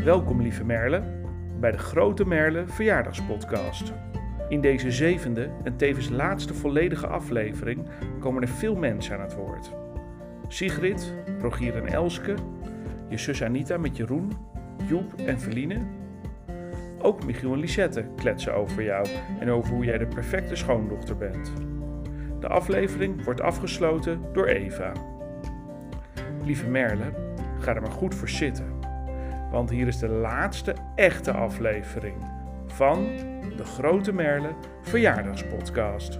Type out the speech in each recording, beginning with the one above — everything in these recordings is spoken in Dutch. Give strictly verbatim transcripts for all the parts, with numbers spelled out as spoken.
Welkom lieve Merle, bij de Grote Merle Verjaardagspodcast. In deze zevende en tevens laatste volledige aflevering komen er veel mensen aan het woord. Sigrid, Rogier en Elske, je zus Anita met Jeroen, Joep en Feline. Ook Michiel en Lisette kletsen over jou en over hoe jij de perfecte schoondochter bent. De aflevering wordt afgesloten door Eva. Lieve Merle, ga er maar goed voor zitten. Want hier is de laatste echte aflevering van de Grote Merle Verjaardagspodcast.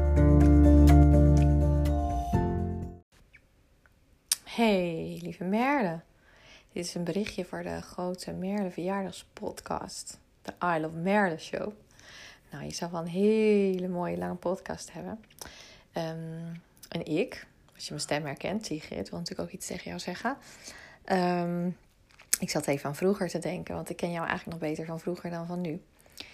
Hey, lieve Merle. Dit is een berichtje voor de Grote Merle Verjaardagspodcast. De Isle of Merle Show. Nou, je zou wel een hele mooie lange podcast hebben. Um, en ik, als je mijn stem herkent, Sigrid, wil natuurlijk ook iets tegen jou zeggen. Um, ik zat even aan vroeger te denken, want ik ken jou eigenlijk nog beter van vroeger dan van nu. Um,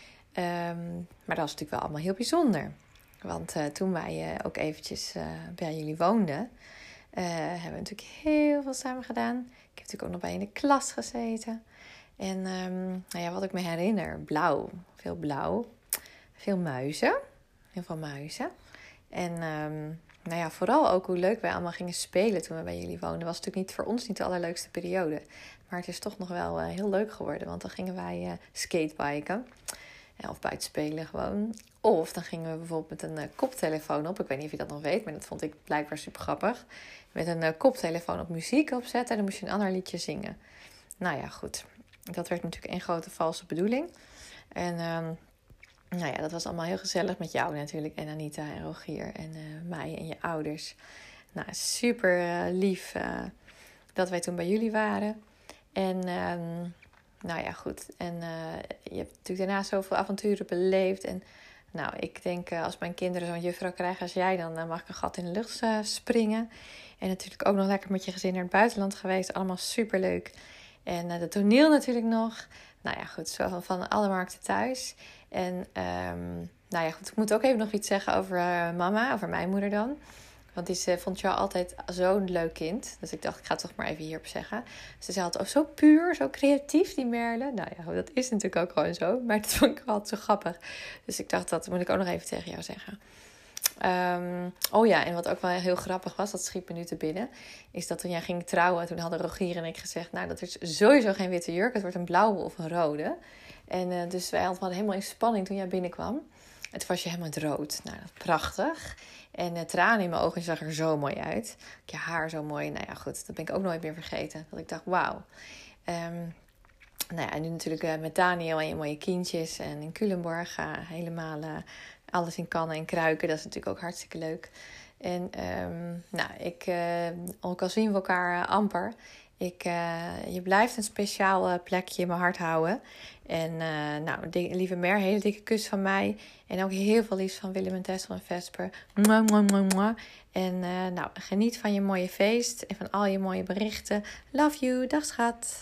maar dat was natuurlijk wel allemaal heel bijzonder. Want uh, toen wij uh, ook eventjes uh, bij jullie woonden, uh, hebben we natuurlijk heel veel samen gedaan. Ik heb natuurlijk ook nog bij in de klas gezeten. En um, nou ja, wat ik me herinner, blauw, veel blauw, veel muizen, heel veel muizen. En um, nou ja, vooral ook hoe leuk wij allemaal gingen spelen toen we bij jullie woonden. Was natuurlijk niet voor ons niet de allerleukste periode. Maar het is toch nog wel uh, heel leuk geworden. Want dan gingen wij uh, skatebiken. Ja, of buiten spelen gewoon. Of dan gingen we bijvoorbeeld met een uh, koptelefoon op. Ik weet niet of je dat nog weet, maar dat vond ik blijkbaar super grappig. Met een uh, koptelefoon op muziek opzetten. En dan moest je een ander liedje zingen. Nou ja, goed. Dat werd natuurlijk een grote valse bedoeling. En um, nou ja, dat was allemaal heel gezellig met jou natuurlijk. En Anita en Rogier en uh, mij en je ouders. Nou, super uh, lief uh, dat wij toen bij jullie waren. En um, nou ja, goed. En uh, je hebt natuurlijk daarna zoveel avonturen beleefd. En nou, ik denk uh, als mijn kinderen zo'n juffrouw krijgen als jij, dan uh, mag ik een gat in de lucht uh, springen. En natuurlijk ook nog lekker met je gezin naar het buitenland geweest. Allemaal superleuk. En uh, de toneel natuurlijk nog. Nou ja, goed. Zo van, van alle markten thuis. En um, nou ja, goed. Ik moet ook even nog iets zeggen over uh, mama, over mijn moeder dan. Want die uh, vond jou altijd zo'n leuk kind. Dus ik dacht, ik ga het toch maar even hierop zeggen. Ze zei altijd, oh, zo puur, zo creatief, die Merle. Nou ja, dat is natuurlijk ook gewoon zo. Maar dat vond ik altijd zo grappig. Dus ik dacht, dat moet ik ook nog even tegen jou zeggen. Um, oh ja, en wat ook wel heel grappig was, dat schiet me nu te binnen, is dat toen jij ging trouwen, toen hadden Rogier en ik gezegd, nou, dat is sowieso geen witte jurk. Het wordt een blauwe of een rode. En uh, dus wij hadden helemaal in spanning toen jij binnenkwam. Het was je helemaal rood. Nou, prachtig. En uh, tranen in mijn ogen, je zag er zo mooi uit. Je haar zo mooi. Nou ja, goed. Dat ben ik ook nooit meer vergeten. Dat ik dacht, wauw. Um, nou ja, en nu natuurlijk uh, met Daniel en je mooie kindjes. En in Culemborg uh, helemaal uh, alles in kannen en kruiken. Dat is natuurlijk ook hartstikke leuk. En um, nou, ik, uh, ook al zien we elkaar uh, amper. Ik, uh, je blijft een speciaal uh, plekje in mijn hart houden. En uh, nou, de, lieve Mer, een hele dikke kus van mij. En ook heel veel liefs van Willem en Tessel en Vesper. Mwah, mwah, mwah, mwah. En uh, nou, geniet van je mooie feest en van al je mooie berichten. Love you, dag schat.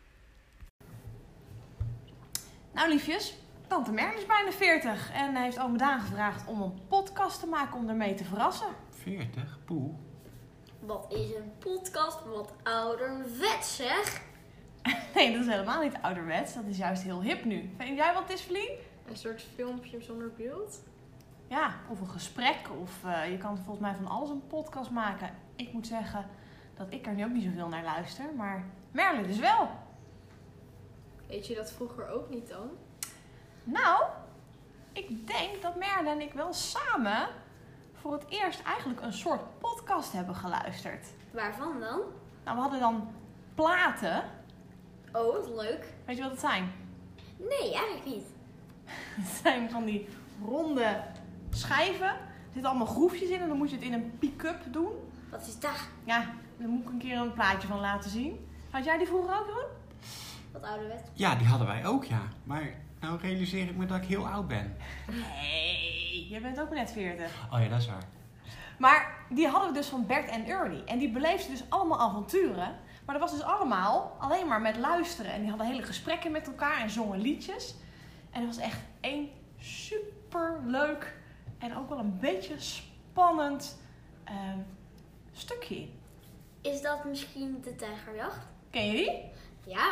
Nou liefjes, tante Mer is bijna veertig. En heeft oom Daan gevraagd om een podcast te maken om ermee te verrassen. veertig? Poeh. Wat is een podcast? Wat ouderwets, zeg. Nee, dat is helemaal niet ouderwets. Dat is juist heel hip nu. Vind jij wat het is, Feline? Een soort filmpje zonder beeld? Ja, of een gesprek. Of uh, je kan volgens mij van alles een podcast maken. Ik moet zeggen dat ik er nu ook niet zoveel naar luister. Maar Merle dus wel. Weet je dat vroeger ook niet dan? Nou, ik denk dat Merle en ik wel samen voor het eerst eigenlijk een soort podcast hebben geluisterd. Waarvan dan? Nou, we hadden dan platen. Oh, wat leuk. Weet je wat het zijn? Nee, eigenlijk niet. Het zijn van die ronde schijven. Er zitten allemaal groefjes in en dan moet je het in een pick-up doen. Wat is dat? Ja, daar moet ik een keer een plaatje van laten zien. Had jij die vroeger ook doen? Wat ouderwets. Ja, die hadden wij ook, ja. Maar nou realiseer ik me dat ik heel oud ben. Nee, je bent ook net veertig. Oh ja, dat is waar. Maar die hadden we dus van Bert en Ernie. En die beleefden dus allemaal avonturen. Maar dat was dus allemaal alleen maar met luisteren. En die hadden hele gesprekken met elkaar en zongen liedjes. En het was echt één super leuk en ook wel een beetje spannend uh, stukje in. Is dat misschien de tijgerjacht? Ken je die? Ja,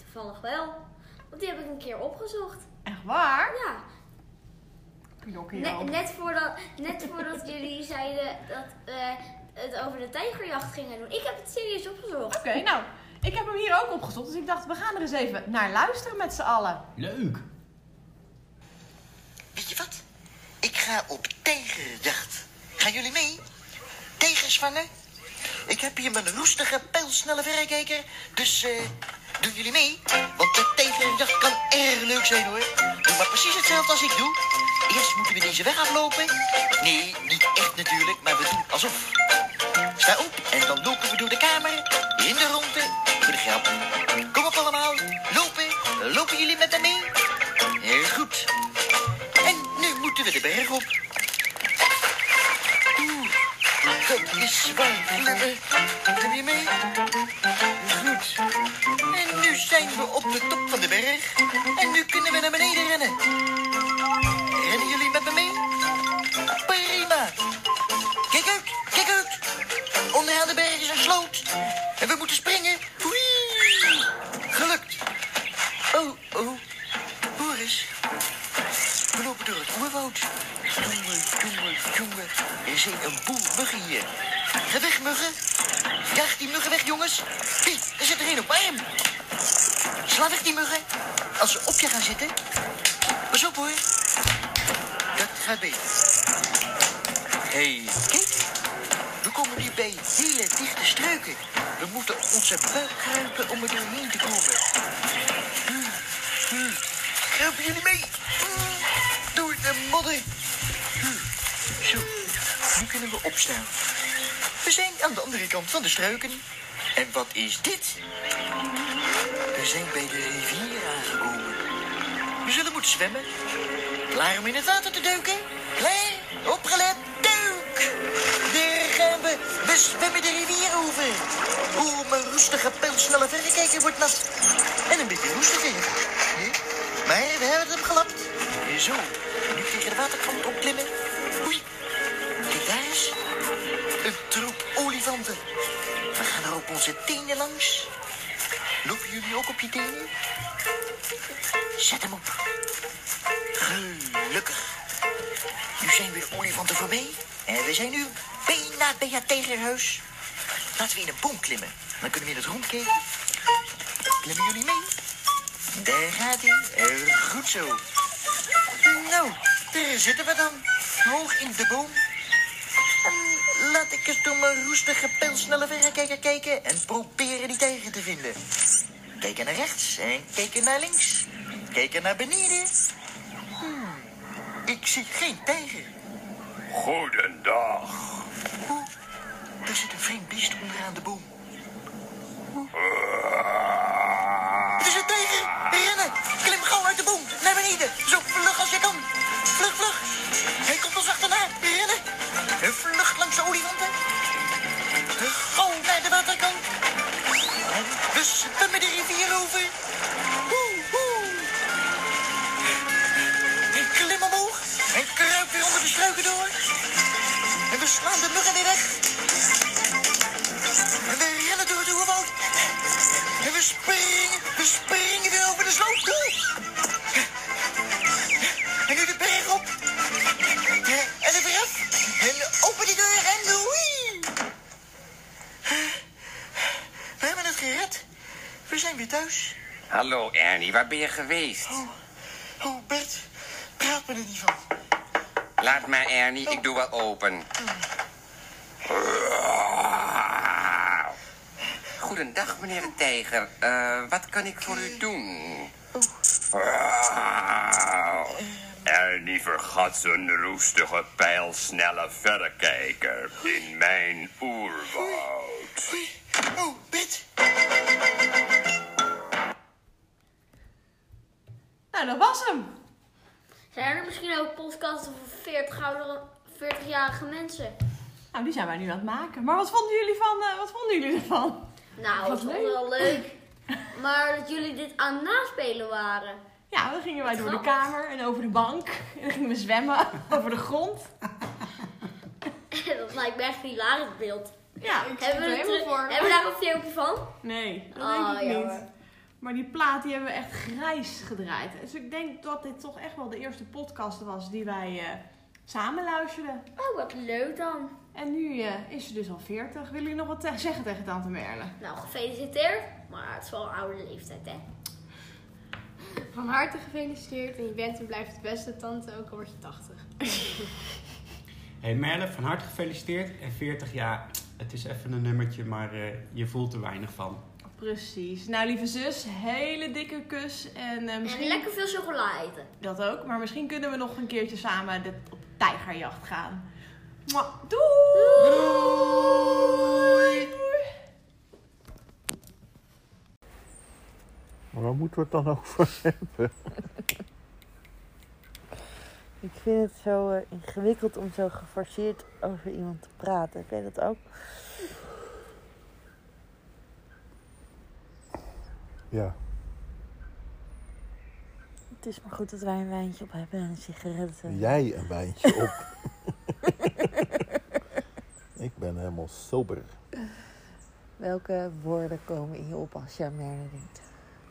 toevallig wel. Want die heb ik een keer opgezocht. Echt waar? Ja. Pinocchio. Net, net, voordat, net voordat jullie zeiden dat we het over de tijgerjacht gingen doen. Ik heb het serieus opgezocht. Oké, okay, nou, ik heb hem hier ook opgezocht. Dus ik dacht, we gaan er eens even naar luisteren met z'n allen. Leuk. Weet je wat? Ik ga op tijgerjacht. Gaan jullie mee? Tijgers vangen? Ik heb hier mijn roestige, pijlsnelle verrekijker. Dus eh, doen jullie mee? Want de tijgerjacht kan erg leuk zijn hoor. Doe maar precies hetzelfde als ik doe. Eerst moeten we deze weg aflopen. Nee, niet echt natuurlijk, maar we doen alsof. Sta op en dan lopen we door de kamer. In de ronde, voor de grap. Kom op allemaal, lopen. Lopen jullie met me mee? Heel goed. En nu moeten we de berg op. Oeh, dat is zwaar klimmen. Kom je mee? Goed. En nu zijn we op de top van de berg. En nu kunnen we naar beneden rennen. Rennen jullie met me mee? Prima. Kijk uit, kijk uit. Onderaan de berg is een sloot. En we moeten springen. Whee! Gelukt. Oh, oh. Boris. We lopen door het oerwoud. Jongen, jongen, jongen. Er zijn een boel muggen hier. Ga weg, muggen. Jaag die muggen weg, jongens. Hé, er zit er een op mijn arm. Sla weg die muggen. Als ze op je gaan zitten. Pas op, hoor. Dat gaat beter. Hé, hey, kijk. We komen nu bij hele dichte struiken. We moeten onze buik kruipen om er doorheen te komen. Hmm, hmm. Kruipen jullie mee? Hmm. Door de modder. Hmm. Zo, nu kunnen we opstaan. We zijn aan de andere kant van de struiken. En wat is dit? We zijn bij de rivier aangekomen. We zullen moeten zwemmen. Klaar om in het water te duiken? Klaar? Opgelet, duik! Daar gaan we. We zwemmen de rivier over. Oeh, mijn roestige, pijlsnelle verrekijker wordt nat. En een beetje roestig weer. Nee? Maar we hebben hem gelapt. Zo, nu tegen de waterkant opklimmen. Oei. Kijk daar eens. Een troep olifanten. We gaan er op onze tenen langs. Lopen jullie ook op je tenen? Zet hem op. Gelukkig. Nu zijn weer de olifanten voorbij. En we zijn nu bijna bij het tijgerhuis. Laten we in een boom klimmen. Dan kunnen we in het rond kijken. Klimmen jullie mee? Daar gaat hij. Uh, goed zo. Nou, daar zitten we dan. Hoog in de boom. En laat ik eens door mijn roestige, pijlsnelle verrekijker kijken en proberen die tijger te vinden. Kijken naar rechts en kijken naar links. Kijken naar beneden. Hmm, ik zie geen tijger. Goedendag. Oeh, er zit een vreemd beest onderaan de boom. Oeh. Het is een tijger! Rennen! Klim gauw uit de boom! Naar beneden! Zo vlug als je kan! Vlug, vlug! Hij komt ons achterna! Rennen! En vlug langs de olifanten! Gauw naar de waterkant! En we zwemmen de rivier over! Oeh, oeh! En klim omhoog! En kruip weer onder de struiken door! En we slaan de muggen weer weg! En we rennen door het oerwoud! En we springen, we springen weer over de sloot. En nu de berg op. En er weer af. En open die deur en oei. We hebben het gered. We zijn weer thuis. Hallo Ernie, waar ben je geweest? Oh, oh Bert, praat me er niet van. Laat maar Ernie, ik doe wel open. Goedendag, meneer de tijger. Uh, wat kan ik voor u doen? Oh. Ernie vergat zijn roestige, pijlsnelle verrekijker in mijn oerwoud. Oh, Bert. Nou, dat was hem. Zijn er misschien ook podcasts over veertig oudere, veertigjarige mensen? Nou, die zijn wij nu aan het maken. Maar wat vonden jullie van? Uh, wat vonden jullie ervan? Nou, Wat dat was leuk. wel leuk. Maar dat jullie dit aan het naspelen waren. Ja, dan gingen wij door de grappig. kamer en over de bank. En dan gingen we zwemmen over de grond. Dat lijkt me echt een hilarisch beeld. Ja, ik zit Hebben er we, helemaal het- voor. hebben we daar een filmpje van? Nee, dat Oh, denk ik niet. jammer. Maar die plaat die hebben we echt grijs gedraaid. Dus ik denk dat dit toch echt wel de eerste podcast was die wij uh, samen luisterden. Oh, wat leuk dan. En nu uh, is ze dus al veertig. Willen jullie nog wat te- zeggen tegen tante Merle? Nou, gefeliciteerd. Maar het is wel een oude leeftijd, hè? Van harte gefeliciteerd en je bent en blijft de beste tante, ook al word je tachtig. Hey Merle, van harte gefeliciteerd. En veertig jaar, het is even een nummertje, maar uh, je voelt er weinig van. Precies. Nou, lieve zus, hele dikke kus. En, uh, misschien... En lekker veel chocola eten. Dat ook. Maar misschien kunnen we nog een keertje samen de, op tijgerjacht gaan. Mwah. Doei! Doei! Maar waar moeten we het dan over hebben? Ik vind het zo uh, ingewikkeld om zo geforceerd over iemand te praten. Heb jij dat ook? Ja. Het is maar goed dat wij een wijntje op hebben en een sigaret. Uh... Jij een wijntje op. Ik ben helemaal sober. Welke woorden komen in je op als je aan Merle denkt?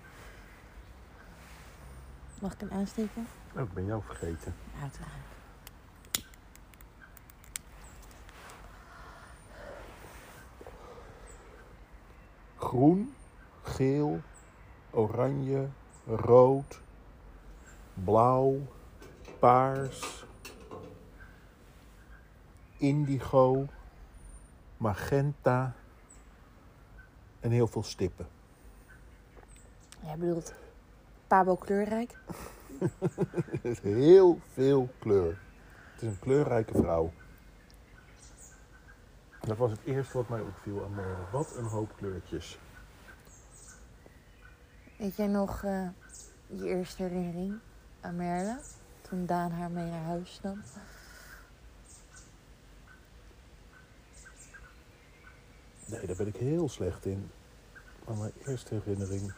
Mag ik hem aansteken? Oh, ik ben jou vergeten. Uiteraard. Groen, geel, oranje, rood, blauw, paars, indigo, magenta en heel veel stippen. Jij bedoelt Pabo kleurrijk? Het is heel veel kleur. Het is een kleurrijke vrouw. Dat was het eerste wat mij opviel aan Merle. Wat een hoop kleurtjes. Weet jij nog uh, je eerste herinnering aan Merle? Toen Daan haar mee naar huis nam? Nee, daar ben ik heel slecht in. Maar mijn eerste herinnering...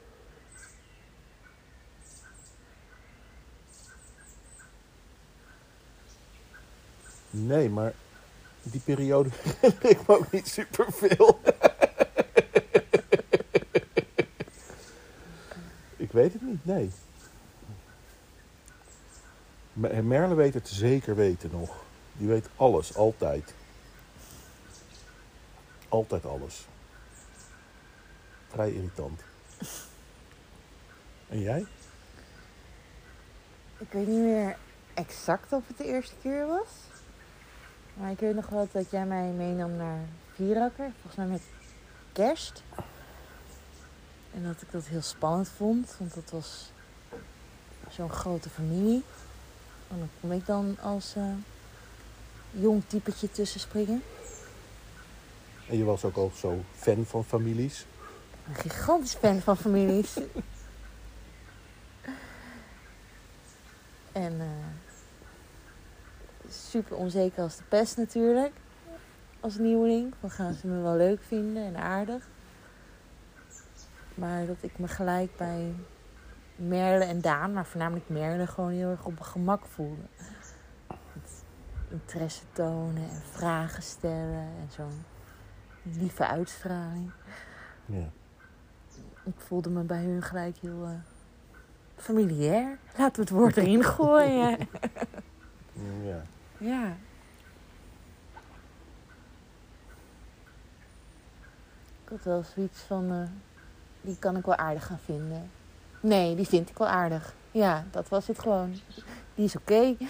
Nee, maar die periode herinner ik me ook niet superveel. Ik weet het niet, nee. Merle weet het zeker weten nog. Die weet alles, altijd. Altijd alles. Vrij irritant. En jij? Ik weet niet meer exact of het de eerste keer was. Maar ik weet nog wel dat jij mij meenam naar Vierakker. Volgens mij met kerst. En dat ik dat heel spannend vond. Want dat was zo'n grote familie. En dan kon ik dan als uh, jong typetje tussen springen. En je was ook al zo fan van families? Een gigantisch fan van families. En uh, super onzeker als de pest natuurlijk. Als nieuweling. Dan gaan ze me wel leuk vinden en aardig. Maar dat ik me gelijk bij Merle en Daan, maar voornamelijk Merle, gewoon heel erg op mijn gemak voelde. Met interesse tonen en vragen stellen en zo'n lieve uitstraling. Ja. Ik voelde me bij hun gelijk heel uh, familiair. Laten we het woord erin gooien. Ja. Ja. Ik had wel zoiets van, uh, die kan ik wel aardig gaan vinden. Nee, die vind ik wel aardig. Ja, dat was het gewoon. Die is oké. Okay.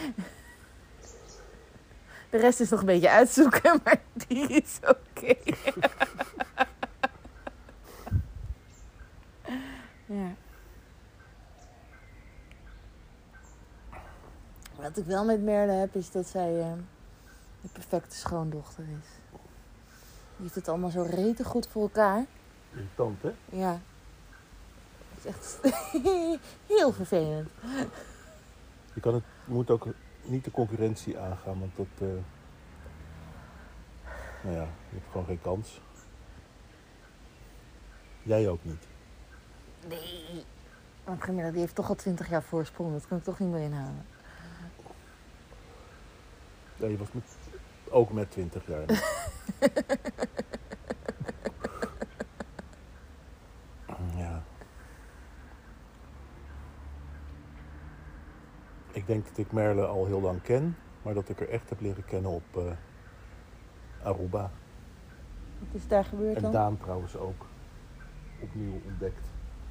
De rest is nog een beetje uitzoeken, maar die is oké. Okay. Ja. Wat ik wel met Merle heb, is dat zij uh, de perfecte schoondochter is. Die heeft het allemaal zo rete goed voor elkaar. Irritant, hè? Ja. Het is echt heel vervelend. Je kan het, moet ook niet de concurrentie aangaan, want dat... Uh, nou ja, je hebt gewoon geen kans. Jij ook niet. Nee. Maar Camilla, die heeft toch al twintig jaar voorsprong. Dat kan ik toch niet meer inhalen. Ja, je was met, ook met twintig jaar. Ja. Ik denk dat ik Merle al heel lang ken, maar dat ik er echt heb leren kennen op uh, Aruba. Wat is daar gebeurd en dan? En Daan trouwens ook opnieuw ontdekt.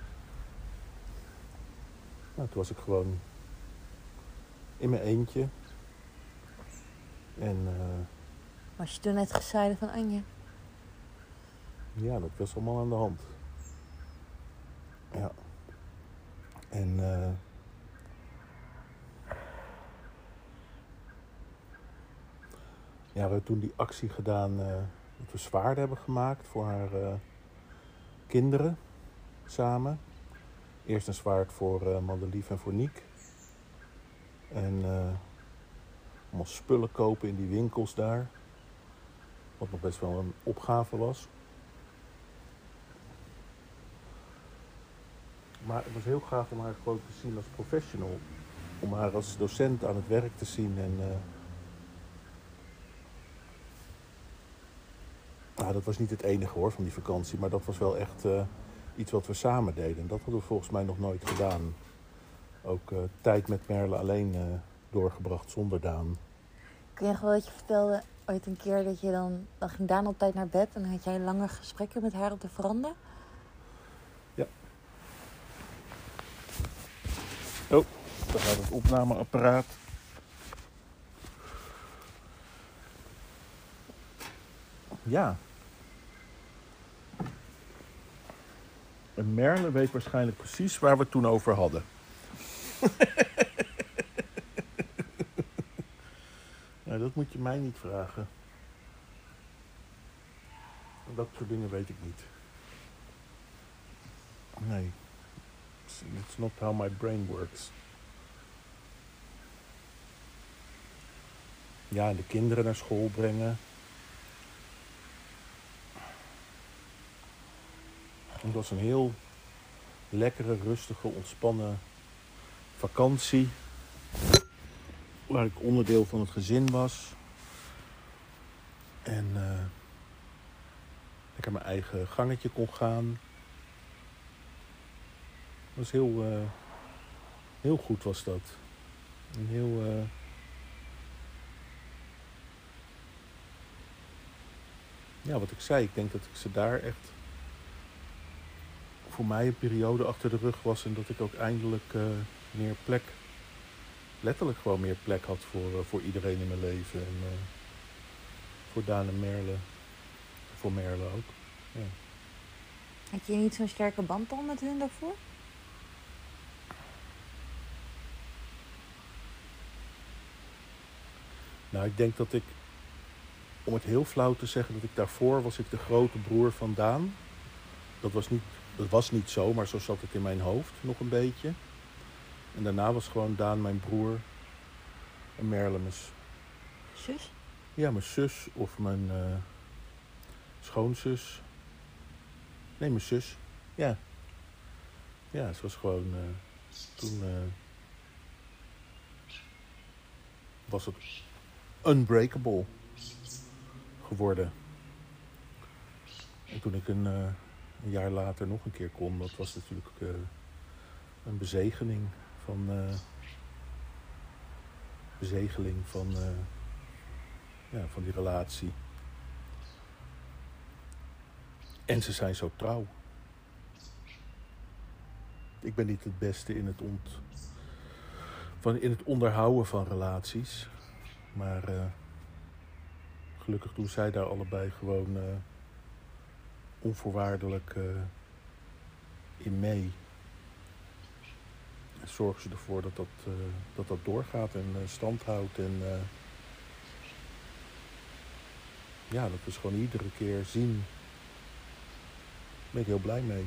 Nou, toen was ik gewoon in mijn eentje. En uh, was je toen net gescheiden van Anja? Ja, dat was allemaal aan de hand. Ja. En uh, ja, we hebben toen die actie gedaan uh, dat we zwaarden hebben gemaakt voor haar uh, kinderen samen. Eerst een zwaard voor uh, Madelief en voor Niek. En uh, allemaal spullen kopen in die winkels daar. Wat nog best wel een opgave was. Maar het was heel gaaf om haar gewoon te zien als professional. Om haar als docent aan het werk te zien. En, uh... nou, dat was niet het enige hoor van die vakantie. Maar dat was wel echt uh, iets wat we samen deden. En dat hadden we volgens mij nog nooit gedaan. Ook uh, tijd met Merle alleen uh, doorgebracht zonder Daan. Kun je nog wel dat je vertelde ooit een keer dat je dan... Dan ging Daan altijd naar bed en dan had jij lange gesprekken met haar op de veranda? Ja. Oh, daar gaat het opnameapparaat. Ja. En Merle weet waarschijnlijk precies waar we het toen over hadden. Nou, dat moet je mij niet vragen. Dat soort dingen weet ik niet. Nee. It's not how my brain works. Ja, en de kinderen naar school brengen. Het was een heel lekkere, rustige, ontspannen vakantie. Waar ik onderdeel van het gezin was. En uh, lekker mijn eigen gangetje kon gaan. Het was heel, uh, heel goed was dat. En heel... Uh, ja, wat ik zei, ik denk dat ik ze daar echt... voor mij een periode achter de rug was. En dat ik ook eindelijk uh, meer plek... letterlijk gewoon meer plek had voor, uh, voor iedereen in mijn leven. En uh, voor Daan en Merle. Voor Merle ook. Ja. Had je niet zo'n sterke band al met hun daarvoor? Nou, ik denk dat ik... om het heel flauw te zeggen, dat ik daarvoor was ik de grote broer van Daan. Dat was niet, dat was niet zo, maar zo zat het in mijn hoofd nog een beetje. En daarna was gewoon Daan mijn broer. En Merle mijn... zus? Ja, mijn zus of mijn uh, schoonzus. Nee, mijn zus. Ja. Ja, ze was gewoon... Uh, toen... Uh, was het unbreakable geworden. En toen ik een, uh, een jaar later nog een keer kon, dat was natuurlijk uh, een bezegeling van... Uh, bezegeling van, uh, ja, van die relatie. En ze zijn zo trouw. Ik ben niet het beste in het, ont, van, in het onderhouden van relaties. Maar uh, gelukkig doen zij daar allebei gewoon uh, onvoorwaardelijk uh, in mee. En zorgen ze ervoor dat dat, uh, dat, dat doorgaat en uh, stand houdt. En uh, ja, dat we ze gewoon iedere keer zien. Daar ben ik heel blij mee.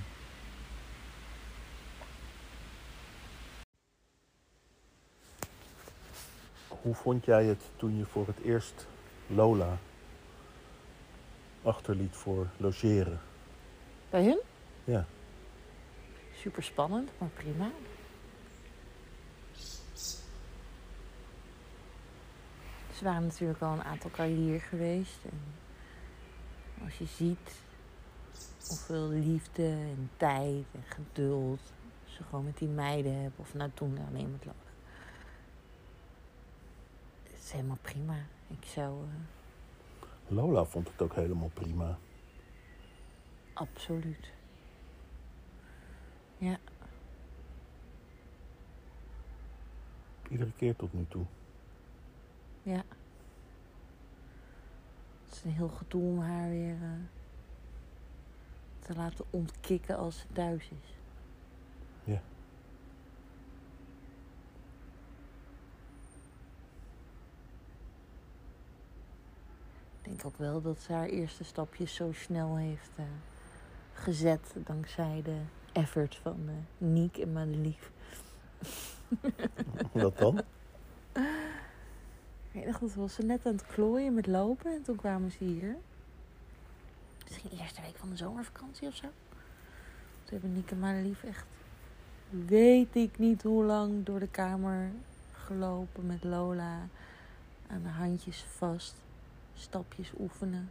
Hoe vond jij het toen je voor het eerst Lola achterliet voor logeren? Bij hun? Ja. Super spannend, maar prima. Ze waren natuurlijk al een aantal keer hier geweest. En als je ziet hoeveel liefde en tijd en geduld ze gewoon met die meiden hebben. Of nou toen alleen met Lola. is helemaal prima. Ik zou... Uh... Lola vond het ook helemaal prima. Absoluut. Ja. Iedere keer tot nu toe. Ja. Het is een heel gedoe om haar weer uh, te laten ontkikken als ze thuis is. Ja. Ik denk ook wel dat ze haar eerste stapjes zo snel heeft uh, gezet dankzij de effort van uh, Niek en Madelief. Wat dan? Ik dacht, dat was ze net aan het klooien met lopen en toen kwamen ze hier. Misschien de eerste week van de zomervakantie of zo. Toen hebben Niek en Madelief echt, weet ik niet hoe lang, door de kamer gelopen met Lola aan de handjes vast. Stapjes oefenen.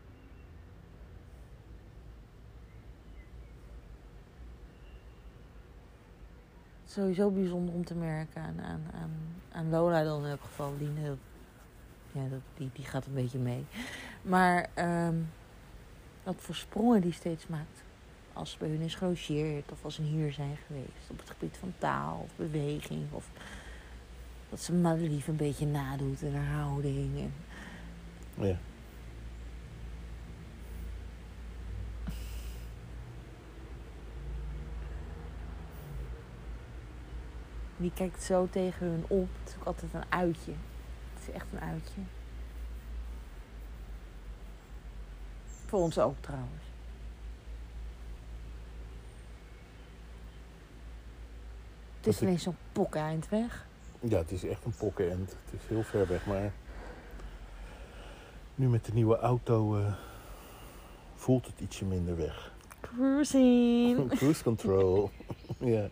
Sowieso bijzonder om te merken aan, aan, aan, aan Lola dan in elk geval. Die, ja, dat, die, die gaat een beetje mee. Maar um, wat voor sprongen die steeds maakt. Als ze bij hun is gelogeerd of als ze hier zijn geweest. Op het gebied van taal of beweging. Of dat ze Madelief een beetje nadoet in haar houding. En... Ja. Die kijkt zo tegen hun op. Het is ook altijd een uitje. Het is echt een uitje. Voor ons ook trouwens. Het is ineens zo'n pokkeind weg. Ja, het is echt een pokkenend. Het is heel ver weg, maar... Nu met de nieuwe auto uh, voelt het ietsje minder weg. Cruising. Cruise control. Ja.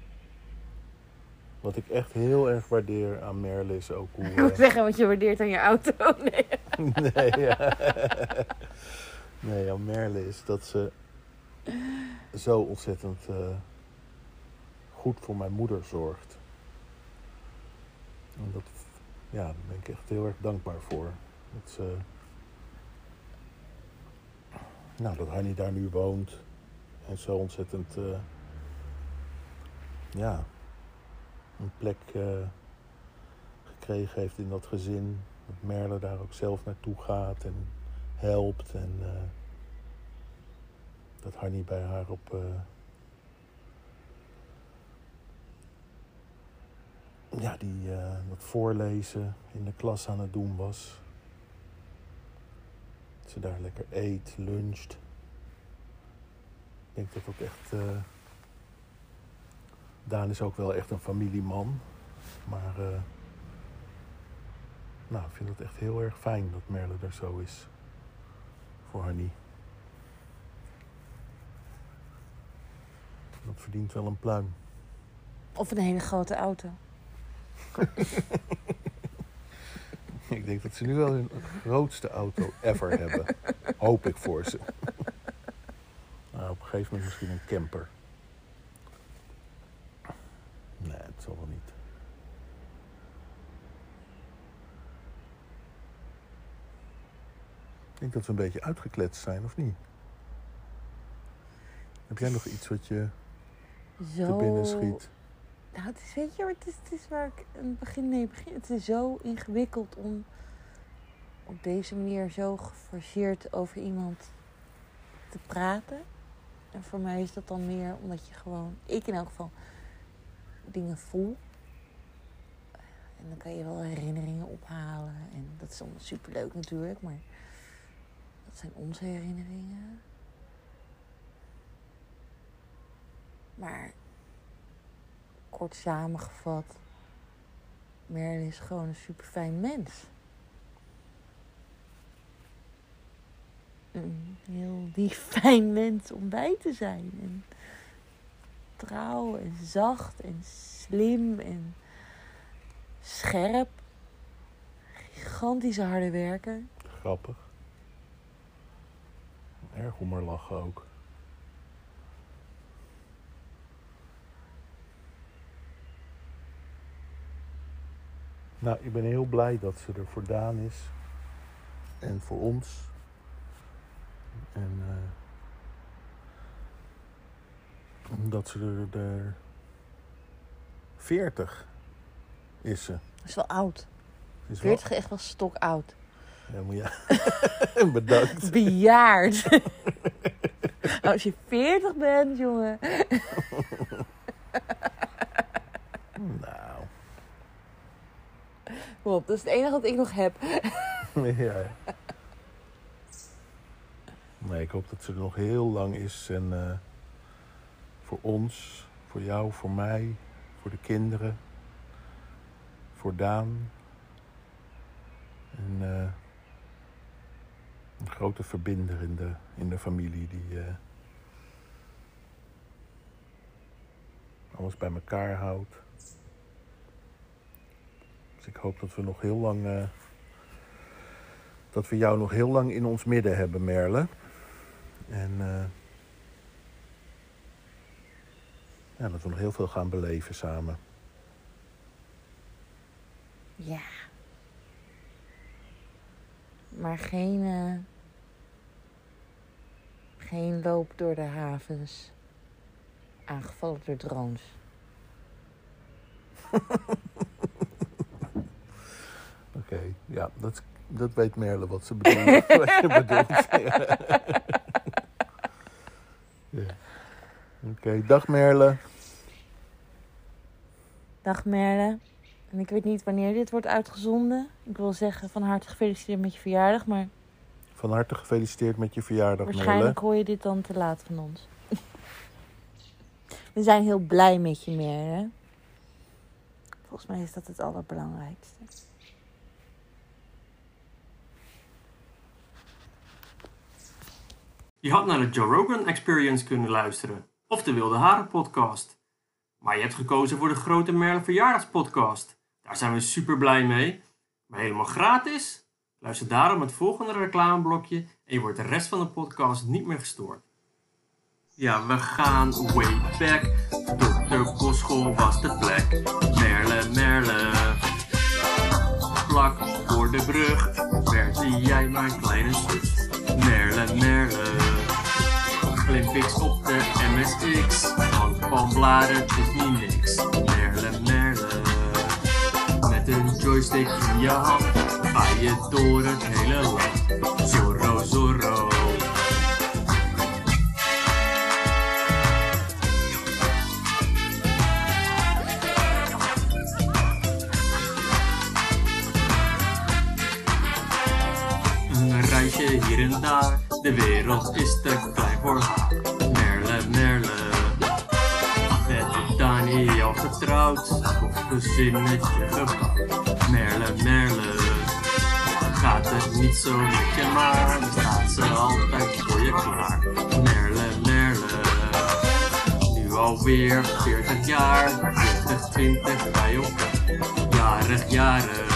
Wat ik echt heel erg waardeer aan Merle is ook hoe... Ik moet uh... zeggen wat je waardeert aan je auto. Nee, nee, ja. nee, aan Merle is dat ze zo ontzettend uh, goed voor mijn moeder zorgt. En dat, ja, daar ben ik echt heel erg dankbaar voor. Dat ze... Nou, dat Hanny daar nu woont. En zo ontzettend... Uh, ja... een plek uh, gekregen heeft in dat gezin. Dat Merle daar ook zelf naartoe gaat en helpt. En uh, dat Hanny bij haar op... Uh, ja, die uh, dat voorlezen in de klas aan het doen was. Dat ze daar lekker eet, luncht. Ik denk dat ook echt... Uh, Daan is ook wel echt een familieman. Maar uh, nou, ik vind het echt heel erg fijn dat Merle er zo is. Voor Hanny. Dat verdient wel een pluim. Of een hele grote auto. Ik denk dat ze nu wel hun grootste auto ever hebben. Hoop ik voor ze. Nou, op een gegeven moment misschien een camper. Nee, het zal wel niet. Ik denk dat we een beetje uitgekletst zijn, of niet? Heb jij nog iets wat je zo... te binnen schiet? Nou, het is, weet je, het is, het is waar ik in het begin mee begin. Het is zo ingewikkeld om op deze manier zo geforceerd over iemand te praten. En voor mij is dat dan meer omdat je gewoon, ik in elk geval, dingen voel. En dan kan je wel herinneringen ophalen. En dat is allemaal superleuk natuurlijk, maar dat zijn onze herinneringen. Maar kort samengevat, Merle is gewoon een super fijn mens. Een heel lief fijn mens om bij te zijn. En trouw en zacht en slim en scherp. Gigantische harde werker. Grappig. Erg om haar lachen ook. Nou, ik ben heel blij dat ze er voor Daan is. En voor ons. En uh, omdat ze er, er veertig is ze. Dat is wel oud. Is veertig wel... echt wel stok oud. Ja, moet je... Bedankt. Bejaard. Als je veertig bent, jongen. Nou. Wow, dat is het enige wat ik nog heb. Ja. Nee, ik hoop dat ze er nog heel lang is. En uh, voor ons, voor jou, voor mij, voor de kinderen, voor Daan. En uh, een grote verbinder in de, in de familie die uh, alles bij elkaar houdt. Dus ik hoop dat we nog heel lang, uh, dat we jou nog heel lang in ons midden hebben, Merle. En uh, ja, dat we nog heel veel gaan beleven samen. Ja. Maar geen, uh, geen loop door de havens. Aangevallen door drones. Oké, okay, ja, dat, dat weet Merle wat ze bedoelt. Wat je bedoelt. Ja. Ja. Oké, okay, dag Merle. Dag Merle. En ik weet niet wanneer dit wordt uitgezonden. Ik wil zeggen van harte gefeliciteerd met je verjaardag, maar... Van harte gefeliciteerd met je verjaardag, waarschijnlijk Merle. hoor je dit dan te laat van ons. We zijn heel blij met je, Merle. Volgens mij is dat het allerbelangrijkste. Je had naar de Joe Rogan Experience kunnen luisteren. Of de Wilde Haren podcast. Maar je hebt gekozen voor de Grote Merle Verjaardagspodcast. Daar zijn we super blij mee. Maar helemaal gratis? Luister daarom het volgende reclameblokje en je wordt de rest van de podcast niet meer gestoord. Ja, we gaan way back. dokter Koschool was de plek. Merle, Merle. Vlak voor de brug werd jij mijn kleine zus. Merle, Merle. Olympics op de M S X. Handpalmbladen, het is niet niks. Merle, Merle. Met een joystick in je hand ga je door het hele land. Zorro, Zorro. Een reisje hier en daar, de wereld is te klein voor haar. Merle, Merle. Met Dani al getrouwd, of gezinnetje gebouwd. Merle, Merle. Gaat het niet zo met je maar, dan staat ze altijd voor je klaar. Merle, Merle. Nu alweer veertig jaar, twintig twintig bij elkaar. Jarig, jarig.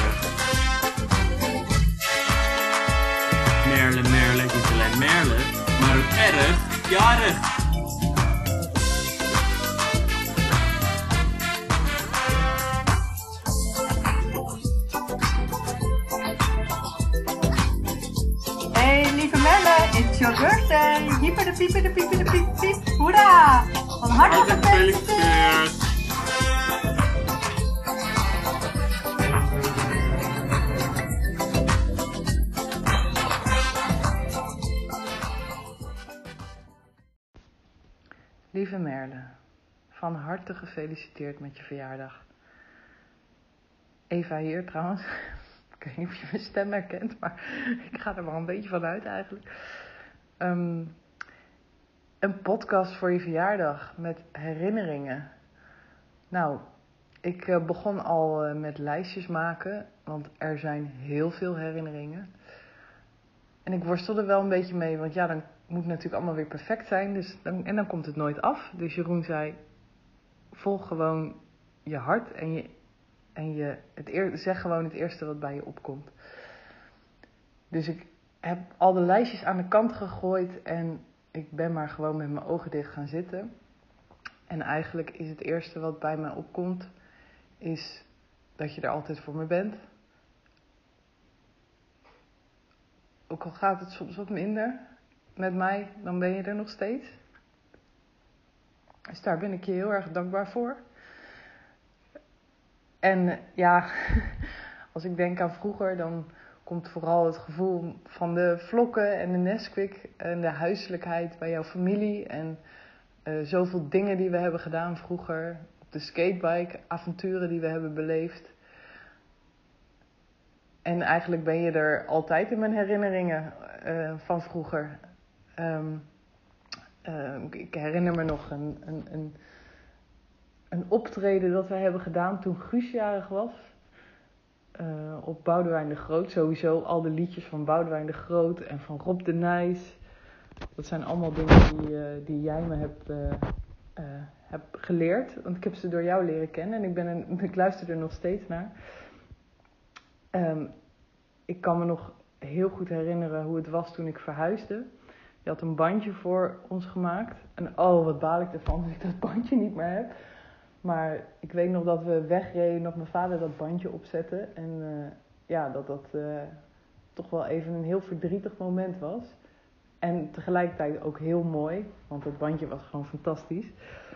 Merle, Merle, niet alleen Merle, maar ook erg jarig. Hey lieve Merle, it's your birthday! Hyper de pieper de pieper de piep piep, hoera! Van harte gefeliciteerd! Lieve Merle, van harte gefeliciteerd met je verjaardag. Eva hier trouwens. Ik weet niet of je mijn stem herkent, maar ik ga er wel een beetje van uit eigenlijk. Um, een podcast voor je verjaardag met herinneringen. Nou, ik uh, begon al uh, met lijstjes maken, want er zijn heel veel herinneringen. En ik worstelde wel een beetje mee, want ja, dan moet het natuurlijk allemaal weer perfect zijn. Dus dan, en dan komt het nooit af. Dus Jeroen zei, volg gewoon je hart en, je, en je, het eer, zeg gewoon het eerste wat bij je opkomt. Dus ik heb al de lijstjes aan de kant gegooid en ik ben maar gewoon met mijn ogen dicht gaan zitten. En eigenlijk is het eerste wat bij mij opkomt, is dat je er altijd voor me bent. Ook al gaat het soms wat minder met mij, dan ben je er nog steeds. Dus daar ben ik je heel erg dankbaar voor. En ja, als ik denk aan vroeger, dan komt vooral het gevoel van de vlokken en de Nesquik en de huiselijkheid bij jouw familie. En uh, zoveel dingen die we hebben gedaan vroeger. Op de skatebike, avonturen die we hebben beleefd. En eigenlijk ben je er altijd in mijn herinneringen uh, van vroeger. Um, uh, ik herinner me nog een, een, een, een optreden dat wij hebben gedaan toen Guus jarig was. Uh, op Boudewijn de Groot. Sowieso al de liedjes van Boudewijn de Groot en van Rob de Nijs. Dat zijn allemaal dingen die, uh, die jij me hebt, uh, uh, hebt geleerd. Want ik heb ze door jou leren kennen en ik, ben een, ik luister er nog steeds naar. Um, ik kan me nog heel goed herinneren hoe het was toen ik verhuisde. Je had een bandje voor ons gemaakt. En oh, wat baal ik ervan dat ik dat bandje niet meer heb. Maar ik weet nog dat we wegreden, dat mijn vader dat bandje opzette. En uh, ja, dat dat uh, toch wel even een heel verdrietig moment was. En tegelijkertijd ook heel mooi, want dat bandje was gewoon fantastisch.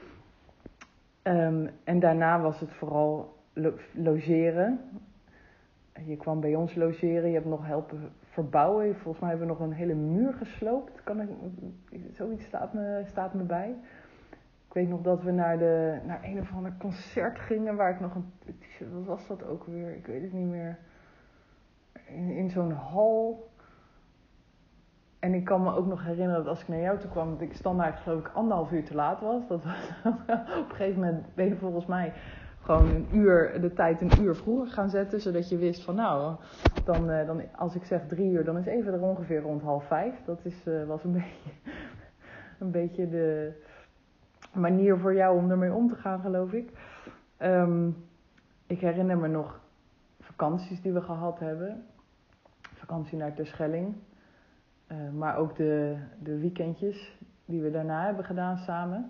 Um, en daarna was het vooral lo- logeren. Je kwam bij ons logeren, je hebt nog helpen verbouwen. Volgens mij hebben we nog een hele muur gesloopt. Kan ik, zoiets staat me, staat me bij. Ik weet nog dat we naar, de, naar een of ander concert gingen, waar ik nog een... Wat was dat ook weer? Ik weet het niet meer. In, in zo'n hal. En ik kan me ook nog herinneren dat als ik naar jou toe kwam, dat ik standaard geloof ik anderhalf uur te laat was. Dat was op een gegeven moment ben je volgens mij gewoon een uur, de tijd een uur vroeger gaan zetten. Zodat je wist van nou, dan, dan, als ik zeg drie uur, dan is even er ongeveer rond half vijf. Dat is, was een beetje, een beetje de manier voor jou om ermee om te gaan, geloof ik. Um, ik herinner me nog vakanties die we gehad hebben. Vakantie naar Terschelling. Uh, maar ook de, de weekendjes die we daarna hebben gedaan samen.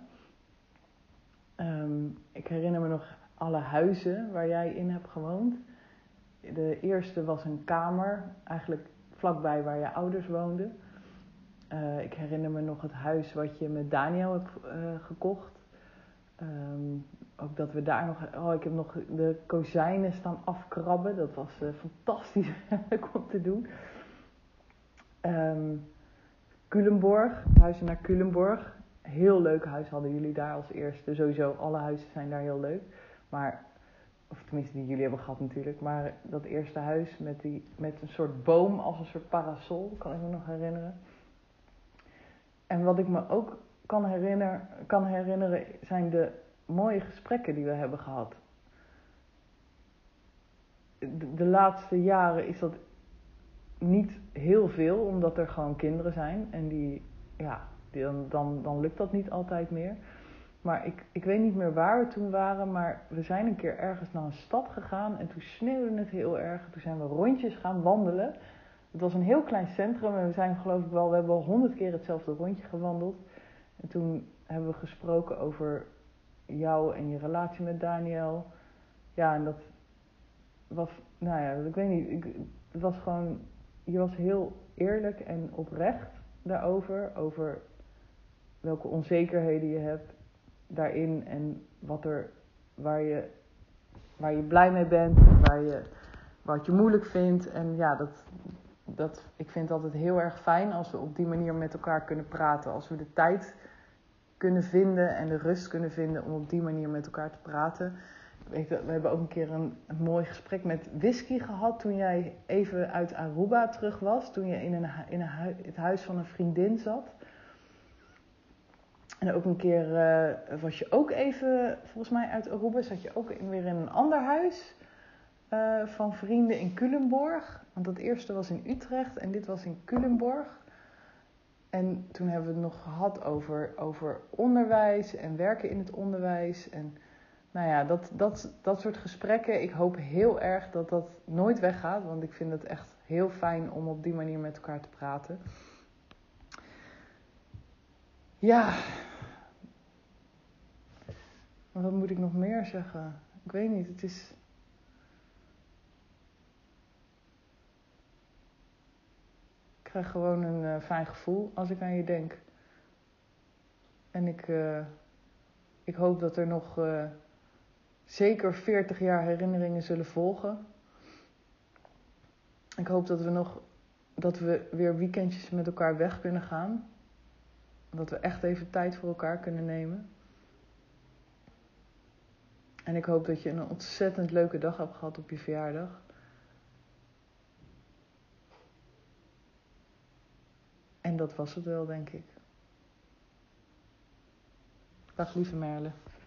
Um, ik herinner me nog alle huizen waar jij in hebt gewoond. De eerste was een kamer, eigenlijk vlakbij waar je ouders woonden. Uh, ik herinner me nog het huis wat je met Daniel hebt uh, gekocht. Um, ook dat we daar nog... Oh, ik heb nog de kozijnen staan afkrabben. Dat was uh, fantastisch om te doen. Um, Culemborg, huizen naar Culemborg. Heel leuk huis hadden jullie daar als eerste. Sowieso, alle huizen zijn daar heel leuk. Maar, of tenminste die jullie hebben gehad natuurlijk. Maar dat eerste huis met, die, met een soort boom als een soort parasol, kan ik me nog herinneren. En wat ik me ook kan herinneren, kan herinneren zijn de mooie gesprekken die we hebben gehad. De, de laatste jaren is dat niet heel veel, omdat er gewoon kinderen zijn. En die, ja, die, dan, dan, dan lukt dat niet altijd meer. Maar ik, ik weet niet meer waar we toen waren, maar we zijn een keer ergens naar een stad gegaan en toen sneeuwde het heel erg. Toen zijn we rondjes gaan wandelen. Het was een heel klein centrum en we zijn geloof ik wel, we hebben al honderd keer hetzelfde rondje gewandeld. En toen hebben we gesproken over jou en je relatie met Daniel. Ja, en dat was, nou ja, ik weet niet, ik, het was gewoon, je was heel eerlijk en oprecht daarover, over welke onzekerheden je hebt daarin en wat er, waar je, waar je blij mee bent, waar je, wat je moeilijk vindt. En ja, dat, dat, ik vind het altijd heel erg fijn als we op die manier met elkaar kunnen praten. Als we de tijd kunnen vinden en de rust kunnen vinden om op die manier met elkaar te praten. Weet je, we hebben ook een keer een, een mooi gesprek met Whisky gehad toen jij even uit Aruba terug was. Toen je in, een, in een hu- het huis van een vriendin zat. En ook een keer uh, was je ook even, volgens mij uit Aruba, zat je ook in, weer in een ander huis uh, van vrienden in Culemborg. Want dat eerste was in Utrecht en dit was in Culemborg. En toen hebben we het nog gehad over, over onderwijs en werken in het onderwijs. En nou ja, dat, dat, dat soort gesprekken, ik hoop heel erg dat dat nooit weggaat. Want ik vind het echt heel fijn om op die manier met elkaar te praten. Ja, wat moet ik nog meer zeggen? Ik weet niet, het is... krijg gewoon een uh, fijn gevoel als ik aan je denk. En ik, uh, ik hoop dat er nog uh, zeker veertig jaar herinneringen zullen volgen. Ik hoop dat we nog dat we weer weekendjes met elkaar weg kunnen gaan. Dat we echt even tijd voor elkaar kunnen nemen. En ik hoop dat je een ontzettend leuke dag hebt gehad op je verjaardag. En dat was het wel, denk ik. Dag lieve Merle.